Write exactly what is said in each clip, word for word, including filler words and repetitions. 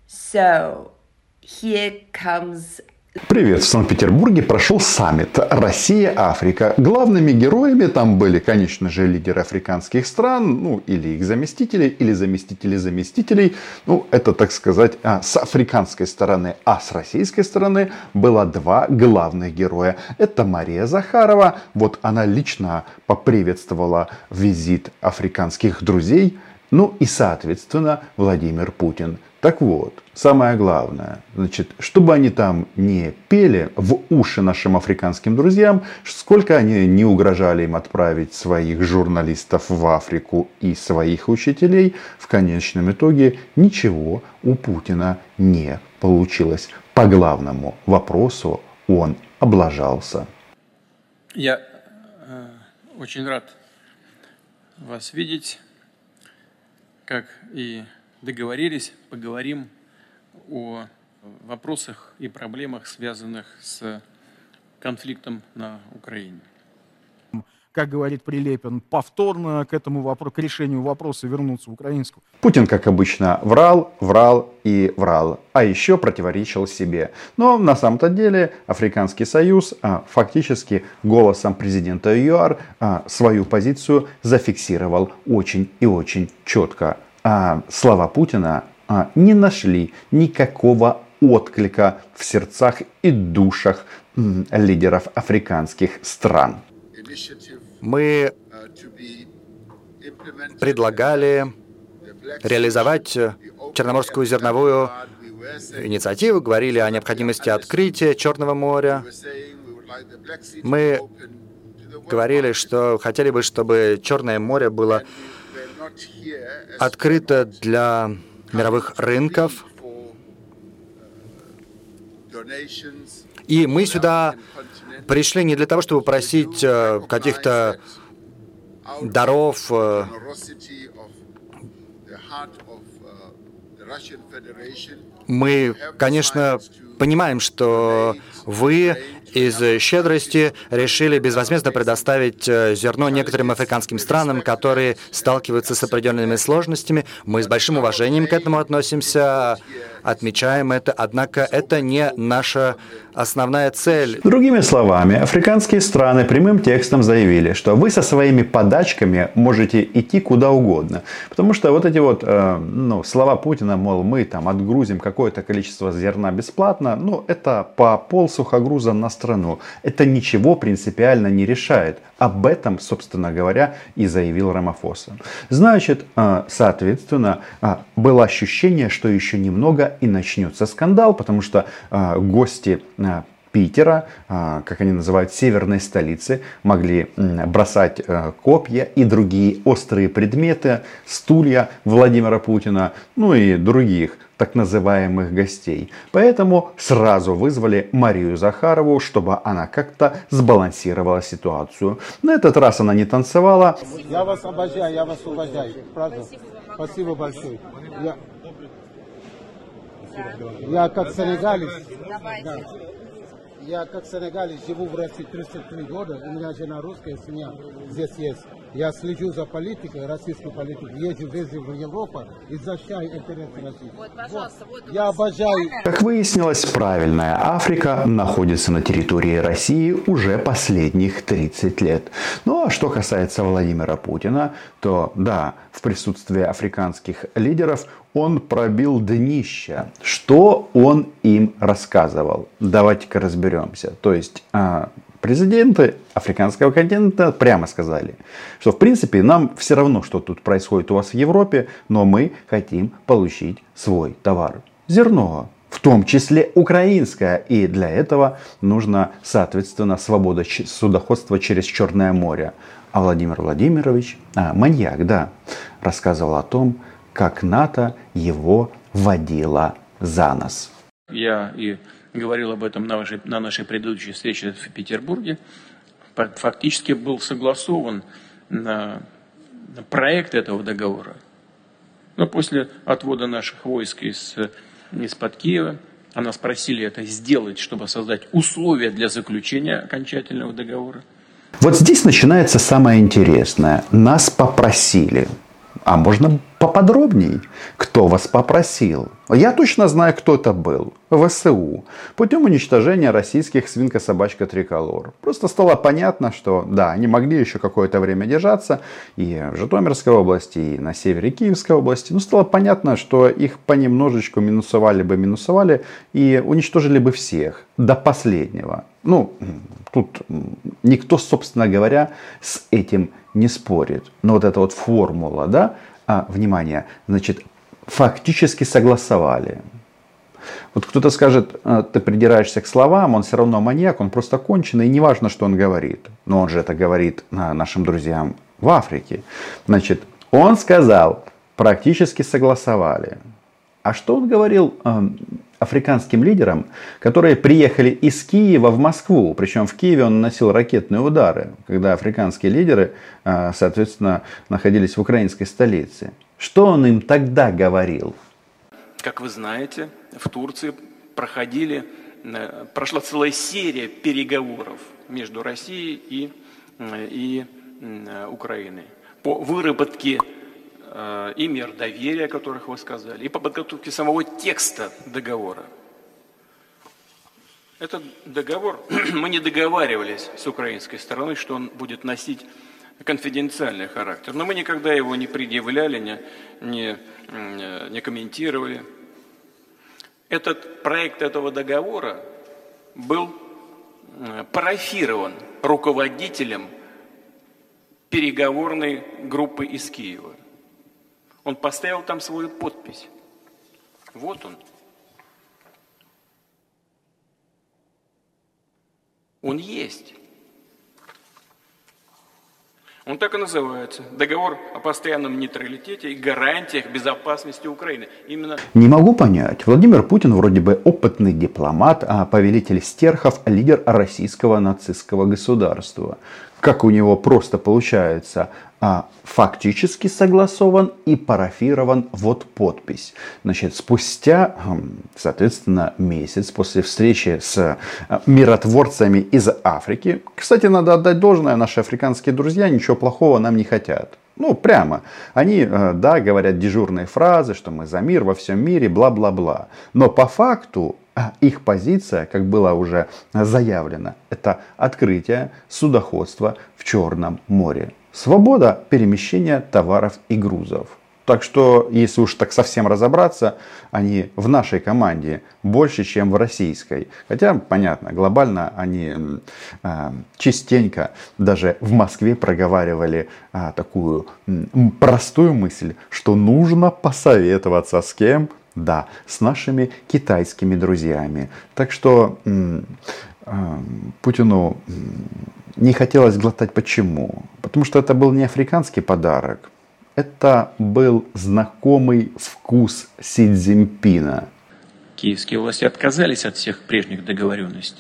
So here comes... Привет! В Санкт-Петербурге прошел саммит Россия-Африка. Главными героями там были, конечно же, лидеры африканских стран, ну, или их заместители, или заместители заместителей. Ну, это, так сказать, с африканской стороны. А с российской стороны было два главных героя. Это Мария Захарова. Вот она лично поприветствовала визит африканских друзей. Ну и, соответственно, Владимир Путин. Так вот, самое главное, значит, чтобы они там не пели в уши нашим африканским друзьям, сколько они не угрожали им отправить своих журналистов в Африку и своих учителей, в конечном итоге ничего у Путина не получилось. По главному вопросу он облажался. Я э, очень рад вас видеть, как и договорились, поговорим о вопросах и проблемах, связанных с конфликтом на Украине. Как говорит Прилепин, повторно к этому вопросу, к решению вопроса вернуться в украинскую. Путин, как обычно, врал, врал и врал, а еще противоречил себе. Но на самом-то деле Африканский Союз а, фактически голосом президента ЮАР а, свою позицию зафиксировал очень и очень четко. А слова Путина а, не нашли никакого отклика в сердцах и душах м, лидеров африканских стран. Мы предлагали реализовать Черноморскую зерновую инициативу, говорили о необходимости открытия Черного моря. Мы говорили, что хотели бы, чтобы Черное море было открыто для мировых рынков. И мы сюда пришли не для того, чтобы просить э, каких-то даров. Э, мы, конечно, понимаем, что вы из щедрости решили безвозмездно предоставить зерно некоторым африканским странам, которые сталкиваются с определенными сложностями. Мы с большим уважением к этому относимся, отмечаем это, однако это не наша основная цель. Другими словами, африканские страны прямым текстом заявили, что вы со своими подачками можете идти куда угодно. Потому что вот эти вот э, ну, слова Путина, мол, мы там отгрузим какое-то количество зерна бесплатно, ну, это по полсухогруза на страну. Это ничего принципиально не решает. Об этом, собственно говоря, и заявил Рамафоса. Значит, э, соответственно, э, было ощущение, что еще немного и начнется скандал, потому что э, гости э, Питера, э, как они называют, северной столицы, могли э, бросать э, копья и другие острые предметы, стулья Владимира Путина, ну и других так называемых гостей. Поэтому сразу вызвали Марию Захарову, чтобы она как-то сбалансировала ситуацию. На этот раз она не танцевала. Я вас обожаю, я вас уважаю. Правда? Спасибо большое. Я, я как сенегалец, да, я как сенегалец живу в России тридцать три года, у меня жена русская, семья здесь есть. Я слежу за политикой, российской политикой, езжу везде в Европу и защищаю интересы России. Вот, пожалуйста, вот, я обожаю. Как выяснилось, правильная Африка находится на территории России уже последних тридцать лет. Ну а что касается Владимира Путина, то да, в присутствии африканских лидеров он пробил днище. Что он им рассказывал? Давайте-ка разберемся. То есть президенты африканского континента прямо сказали, что в принципе нам все равно, что тут происходит у вас в Европе, но мы хотим получить свой товар. Зерно. В том числе украинское. И для этого нужно, соответственно, свобода судоходства через Черное море. А Владимир Владимирович, а, маньяк, да, рассказывал о том, как НАТО его водило за нос. Я и говорил об этом на, вашей, на нашей предыдущей встрече в Петербурге. Фактически был согласован на, на проект этого договора. Но после отвода наших войск из, из-под Киева, а нас просили это сделать, чтобы создать условия для заключения окончательного договора. Вот здесь начинается самое интересное. Нас попросили. А можно поподробней, кто вас попросил? Я точно знаю, кто это был. ВСУ. Путем уничтожения российских свинка-собачка триколор. Просто стало понятно, что да, они могли еще какое-то время держаться и в Житомирской области, и на севере Киевской области. Но стало понятно, что их понемножечку минусовали бы, минусовали и уничтожили бы всех до последнего. Ну, тут никто, собственно говоря, с этим не спорит. Но вот эта вот формула, да, а, внимание, значит, фактически согласовали. Вот кто-то скажет, ты придираешься к словам, он все равно маньяк, он просто конченый, и не важно, что он говорит. Но он же это говорит нашим друзьям в Африке. Значит, он сказал, практически согласовали. А что он говорил э, африканским лидерам, которые приехали из Киева в Москву? Причем в Киеве он наносил ракетные удары, когда африканские лидеры, э, соответственно, находились в украинской столице. Что он им тогда говорил? Как вы знаете, в Турции проходили, прошла целая серия переговоров между Россией и, и Украиной по выработке и мер доверия, о которых вы сказали, и по подготовке самого текста договора. Этот договор, мы не договаривались с украинской стороной, что он будет носить конфиденциальный характер, но мы никогда его не предъявляли, не, не, не комментировали. Этот проект этого договора был парафирован руководителем переговорной группы из Киева. Он поставил там свою подпись. Вот он. Он есть. Он так и называется. Договор о постоянном нейтралитете и гарантиях безопасности Украины. Именно... Не могу понять. Владимир Путин вроде бы опытный дипломат, а повелитель стерхов, лидер российского нацистского государства. Как у него просто получается, а, фактически согласован и парафирован вот подпись. Значит, спустя, соответственно, месяц после встречи с миротворцами из Африки, кстати, надо отдать должное, наши африканские друзья ничего плохого нам не хотят. Ну, прямо. Они, да, говорят дежурные фразы, что мы за мир во всем мире, бла-бла-бла. Но по факту их позиция, как было уже заявлено, это открытие судоходства в Черном море. Свобода перемещения товаров и грузов. Так что, если уж так совсем разобраться, они в нашей команде больше, чем в российской. Хотя, понятно, глобально они э, частенько даже в Москве проговаривали э, такую э, простую мысль, что нужно посоветоваться с кем? Да, с нашими китайскими друзьями. Так что э, э, Путину не хотелось глотать. Почему? Потому что это был не африканский подарок. Это был знакомый вкус Си Цзиньпина. Киевские власти отказались от всех прежних договоренностей.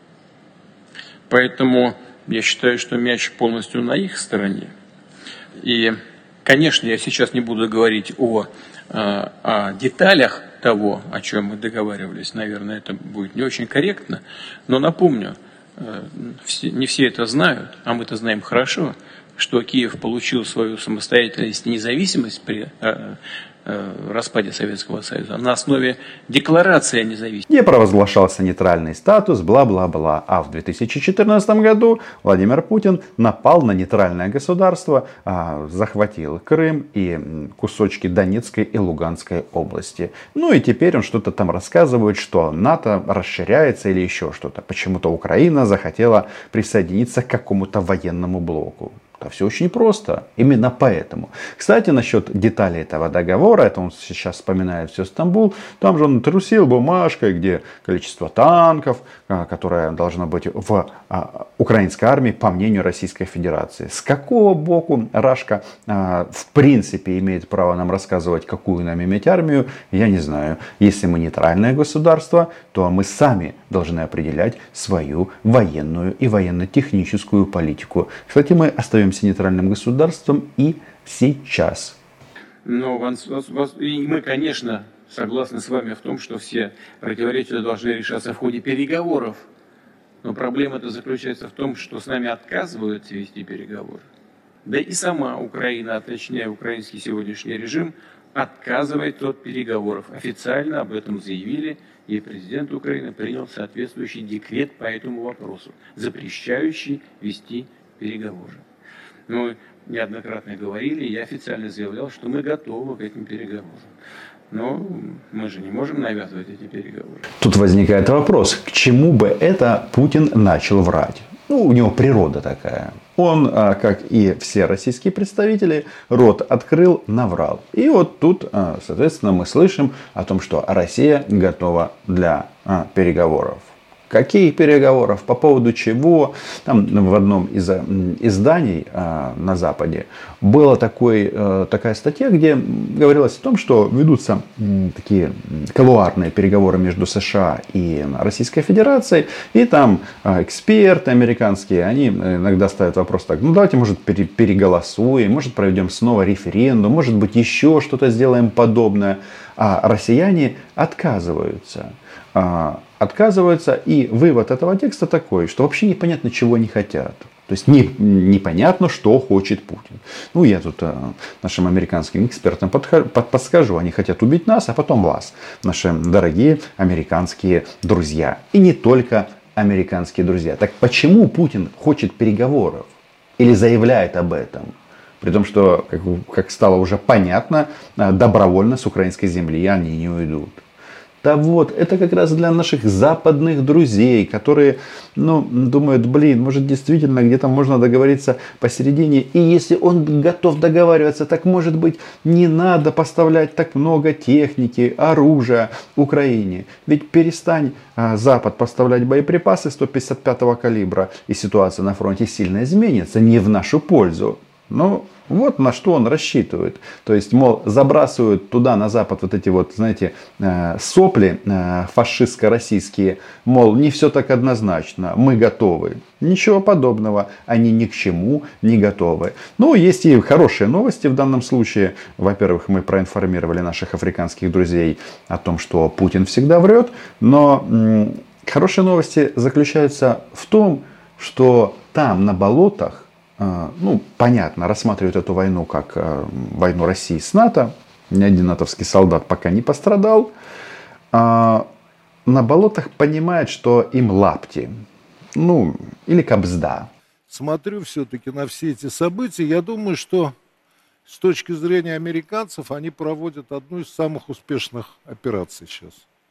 Поэтому я считаю, что мяч полностью на их стороне. И, конечно, я сейчас не буду говорить о, о деталях того, о чем мы договаривались. Наверное, это будет не очень корректно. Но напомню, не все это знают, а мы это знаем хорошо, что Киев получил свою самостоятельность и независимость при э, э, распаде Советского Союза на основе декларации о независимости. Где провозглашался нейтральный статус, бла-бла-бла. А в две тысячи четырнадцатом году Владимир Путин напал на нейтральное государство, э, захватил Крым и кусочки Донецкой и Луганской области. Ну и теперь он что-то там рассказывает, что НАТО расширяется или еще что-то. Почему-то Украина захотела присоединиться к какому-то военному блоку. Это все очень просто. Именно поэтому. Кстати, насчет деталей этого договора, это он сейчас вспоминает все Стамбул, там же он трусил бумажкой, где количество танков, которое должно быть в украинской армии, по мнению Российской Федерации. С какого боку Рашка в принципе имеет право нам рассказывать, какую нам иметь армию, я не знаю. Если мы нейтральное государство, то мы сами должны определять свою военную и военно-техническую политику. Кстати, мы остаемся нейтральным государством и сейчас. Но мы, конечно, согласны с вами в том, что все противоречия должны решаться в ходе переговоров. Но проблема-то заключается в том, что с нами отказываются вести переговоры. Да и сама Украина, а точнее украинский сегодняшний режим, отказывает от переговоров. Официально об этом заявили, и президент Украины принял соответствующий декрет по этому вопросу, запрещающий вести переговоры. Мы неоднократно говорили, я официально заявлял, что мы готовы к этим переговорам. Но мы же не можем навязывать эти переговоры. Тут возникает вопрос, к чему бы это Путин начал врать? Ну, у него природа такая. Он, как и все российские представители, рот открыл, наврал. И вот тут, соответственно, мы слышим о том, что Россия готова для переговоров. Каких переговоров, по поводу чего? Там в одном из изданий э, на Западе была такой, э, такая статья, где говорилось о том, что ведутся э, такие колуарные переговоры между США и Российской Федерацией. И там э, эксперты американские, они иногда ставят вопрос так: ну давайте, может, пере, переголосуем, может, проведем снова референдум, может быть, еще что-то сделаем подобное. А россияне отказываются. Отказываются, и вывод этого текста такой, что вообще непонятно, чего они хотят. То есть не, непонятно, что хочет Путин. Ну, я тут а, нашим американским экспертам подхожу, под, подскажу. Они хотят убить нас, а потом вас, наши дорогие американские друзья. И не только американские друзья. Так почему Путин хочет переговоров? Или заявляет об этом? При том, что, как, как стало уже понятно, добровольно с украинской земли они не уйдут. Да вот, это как раз для наших западных друзей, которые, ну, думают, блин, может, действительно где-то можно договориться посередине. И если он готов договариваться, так, может быть, не надо поставлять так много техники, оружия Украине. Ведь перестань а, Запад поставлять боеприпасы сто пятьдесят пятого калибра, и ситуация на фронте сильно изменится, не в нашу пользу. Ну, вот на что он рассчитывает. То есть, мол, забрасывают туда, на Запад, вот эти вот, знаете, сопли фашистско-российские. Мол, не все так однозначно, мы готовы. Ничего подобного, они ни к чему не готовы. Ну, есть и хорошие новости в данном случае. Во-первых, мы проинформировали наших африканских друзей о том, что Путин всегда врет. Но м- хорошие новости заключаются в том, что там, на болотах, ну, понятно, рассматривают эту войну как войну России с НАТО. Ни один натовский солдат пока не пострадал. На болотах понимают, что им лапти. Ну, или кабзда. Смотрю все-таки на все эти события. Я думаю, что с точки зрения американцев они проводят одну из самых успешных операций сейчас.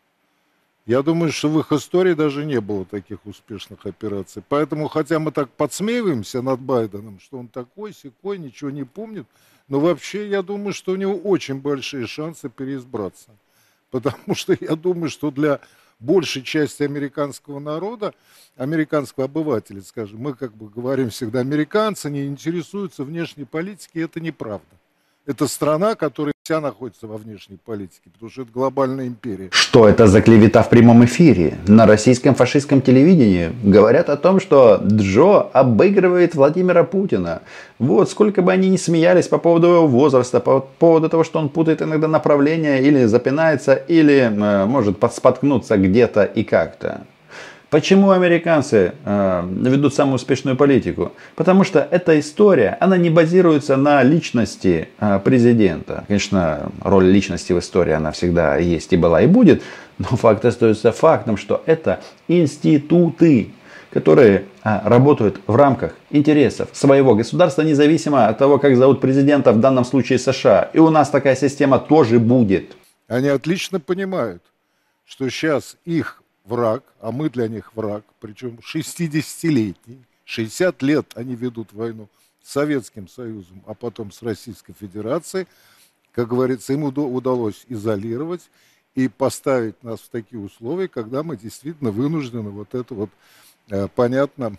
Я думаю, что в их истории даже не было таких успешных операций. Поэтому, хотя мы так подсмеиваемся над Байденом, что он такой, сякой, ничего не помнит, но вообще я думаю, что у него очень большие шансы переизбраться. Потому что я думаю, что для большей части американского народа, американского обывателя, скажем, мы как бы говорим всегда, американцы не интересуются внешней политикой, это неправда. Это страна, которая вся находится во внешней политике, потому что это глобальная империя. Что это за клевета в прямом эфире? На российском фашистском телевидении говорят о том, что Джо обыгрывает Владимира Путина. Вот, сколько бы они ни смеялись по поводу его возраста, по поводу того, что он путает иногда направление, или запинается, или э, может споткнуться где-то и как-то. Почему американцы э, ведут самую успешную политику? Потому что эта история, она не базируется на личности э, президента. Конечно, роль личности в истории, она всегда есть и была, и будет. Но факт остается фактом, что это институты, которые э, работают в рамках интересов своего государства, независимо от того, как зовут президента, в данном случае США. И у нас такая система тоже будет. Они отлично понимают, что сейчас их враг, а мы для них враг, причем шестидесятилетний, шестьдесят лет они ведут войну с Советским Союзом, а потом с Российской Федерацией. Как говорится, им удалось изолировать и поставить нас в такие условия, когда мы действительно вынуждены вот это вот, понятно,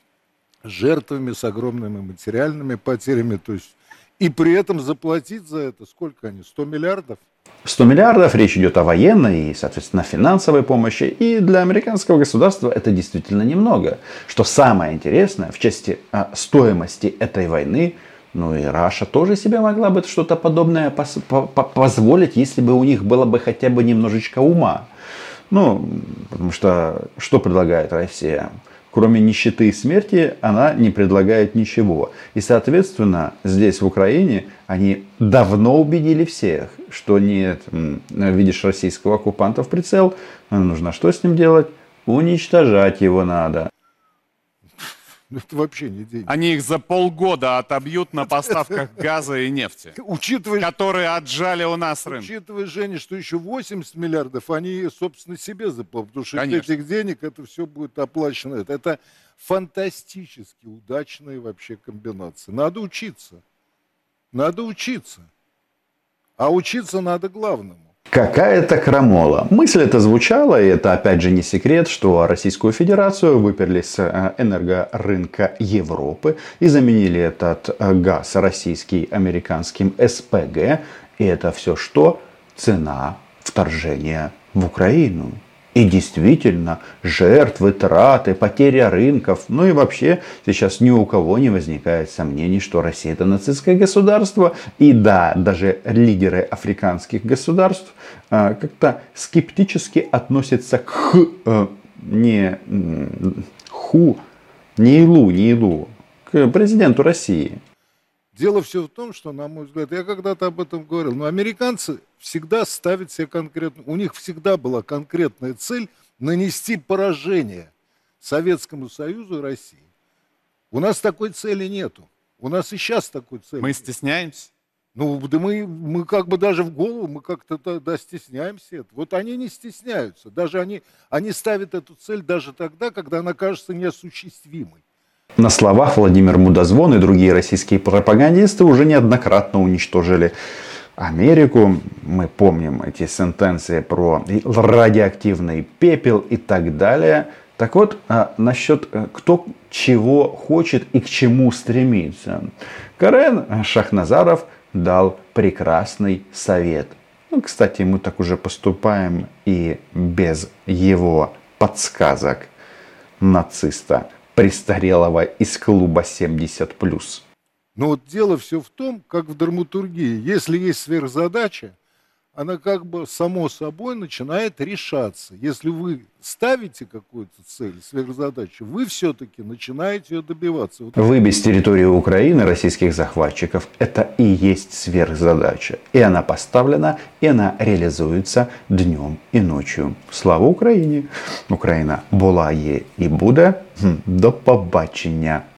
жертвами с огромными материальными потерями, то есть и при этом заплатить за это сколько они? сто миллиардов? сто миллиардов, речь идет о военной и, соответственно, финансовой помощи. И для американского государства это действительно немного. Что самое интересное, в части а, стоимости этой войны, ну и Раша тоже себе могла бы что-то подобное пос- по- по- позволить, если бы у них было бы хотя бы немножечко ума. Ну, потому что что предлагает Россия? Кроме нищеты и смерти, она не предлагает ничего. И, соответственно, здесь, в Украине, они давно убедили всех, что нет, видишь российского оккупанта в прицел, нужно что с ним делать? Уничтожать его надо. Это вообще не деньги. Они их за полгода отобьют на поставках газа и нефти, Учитывая, которые отжали у нас рынок. учитывая, Женя, что еще восемьдесят миллиардов, они, собственно, себе заплатят, потому что Конечно. этих денег это все будет оплачено. Это, это фантастически удачные вообще комбинации. Надо учиться. Надо учиться. А учиться надо главному. Какая-то крамола. Мысль эта звучала, и это опять же не секрет, что Российскую Федерацию выперли с энергорынка Европы и заменили этот газ российский американским эс пэ гэ. И это все что? Цена вторжения в Украину. И действительно, жертвы, траты, потеря рынков. Ну и вообще, сейчас ни у кого не возникает сомнений, что Россия это нацистское государство. И да, даже лидеры африканских государств э, как-то скептически относятся к э, не ху, не Илу, не Илу, к президенту России. Дело все в том, что, на мой взгляд, я когда-то об этом говорил, но американцы всегда ставят себе конкретно, у них всегда была конкретная цель нанести поражение Советскому Союзу и России. У нас такой цели нету. У нас и сейчас такой цели Мы нет. стесняемся. Ну, да мы, мы как бы даже в голову, мы как-то да, да, стесняемся этого. Вот они не стесняются. Даже они, они ставят эту цель даже тогда, когда она кажется неосуществимой. На словах Владимир Мудозвон и другие российские пропагандисты уже неоднократно уничтожили Америку. Мы помним эти сентенции про радиоактивный пепел и так далее. Так вот, насчет кто чего хочет и к чему стремится. Карен Шахназаров дал прекрасный совет. Ну, кстати, мы так уже поступаем и без его подсказок нациста престарелого из клуба семьдесят плюс. Но вот дело все в том, как в драматургии. Если есть сверхзадача, она как бы само собой начинает решаться. Если вы ставите какую-то цель, сверхзадачу, вы все-таки начинаете ее добиваться. Вот. Выбить территорию Украины российских захватчиков – это и есть сверхзадача. И она поставлена, и она реализуется днем и ночью. Слава Україні! Україна була, є і буде. До побачення!